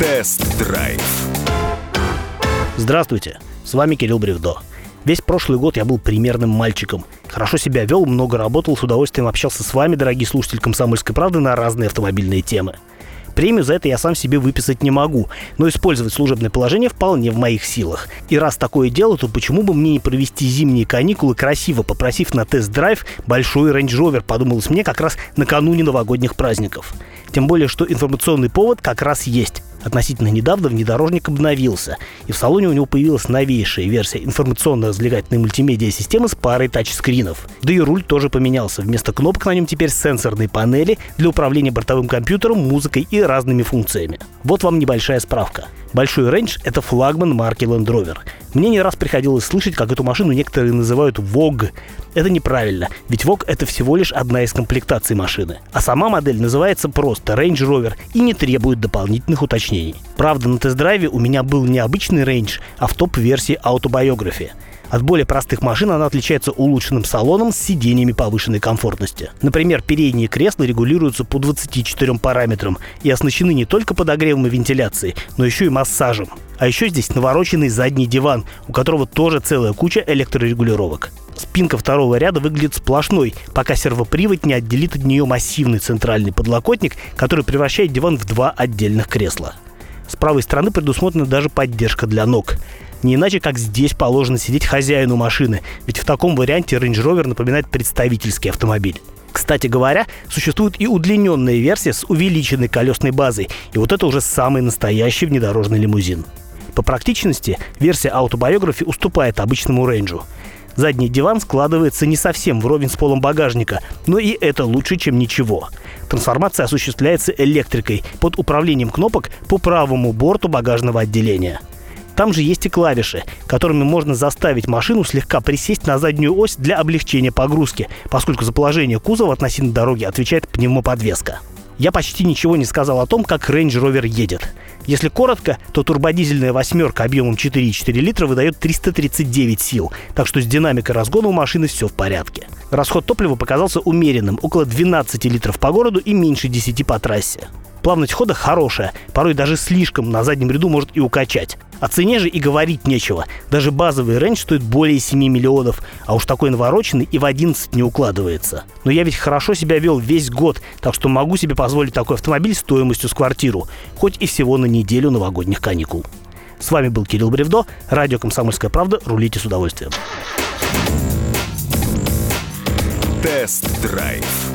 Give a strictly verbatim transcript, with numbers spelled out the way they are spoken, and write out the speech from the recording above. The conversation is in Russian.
Тест-драйв. Здравствуйте, с вами Кирилл Бревдо. Весь прошлый год я был примерным мальчиком. Хорошо себя вел, много работал, с удовольствием общался с вами, дорогие слушатели «Комсомольской правды», на разные автомобильные темы. Премию за это я сам себе выписать не могу, но использовать служебное положение вполне в моих силах. И раз такое дело, то почему бы мне не провести зимние каникулы красиво, попросив на тест-драйв большой Range Rover, подумалось мне как раз накануне новогодних праздников. Тем более, что информационный повод как раз есть. Относительно недавно внедорожник обновился, и в салоне у него появилась новейшая версия информационно-развлекательной мультимедиа-системы с парой тачскринов. Да и руль тоже поменялся. Вместо кнопок на нем теперь сенсорные панели для управления бортовым компьютером, музыкой и разными функциями. Вот вам небольшая справка. Большой Range — это флагман марки Land Rover. Мне не раз приходилось слышать, как эту машину некоторые называют Vogue. Это неправильно, ведь Vogue — это всего лишь одна из комплектаций машины. А сама модель называется просто Range Rover и не требует дополнительных уточнений. Правда, на тест-драйве у меня был не обычный Range, а в топ-версии Autobiography. От более простых машин она отличается улучшенным салоном с сиденьями повышенной комфортности. Например, передние кресла регулируются по двадцати четырем параметрам и оснащены не только подогревом и вентиляцией, но еще и массажем. А еще здесь навороченный задний диван, у которого тоже целая куча электрорегулировок. Спинка второго ряда выглядит сплошной, пока сервопривод не отделит от нее массивный центральный подлокотник, который превращает диван в два отдельных кресла. С правой стороны предусмотрена даже поддержка для ног. Не иначе, как здесь положено сидеть хозяину машины, ведь в таком варианте Range Rover напоминает представительский автомобиль. Кстати говоря, существует и удлиненная версия с увеличенной колесной базой, и вот это уже самый настоящий внедорожный лимузин. По практичности версия Autobiography уступает обычному Range. Задний диван складывается не совсем вровень с полом багажника, но и это лучше, чем ничего. Трансформация осуществляется электрикой под управлением кнопок по правому борту багажного отделения. Там же есть и клавиши, которыми можно заставить машину слегка присесть на заднюю ось для облегчения погрузки, поскольку за положение кузова относительно дороги отвечает пневмоподвеска. Я почти ничего не сказал о том, как Range Rover едет. Если коротко, то турбодизельная восьмерка объемом четыре и четыре литра выдает триста тридцать девять сил, так что с динамикой разгона у машины все в порядке. Расход топлива показался умеренным, около двенадцати литров по городу и меньше десяти по трассе. Плавность хода хорошая, порой даже слишком, на заднем ряду может и укачать. О цене же и говорить нечего. Даже базовый Range стоит более семи миллионов, а уж такой навороченный и в одиннадцать не укладывается. Но я ведь хорошо себя вел весь год, так что могу себе позволить такой автомобиль стоимостью с квартиру, хоть и всего на неделю новогодних каникул. С вами был Кирилл Бревдо, радио «Комсомольская правда». Рулите с удовольствием. Тест-драйв.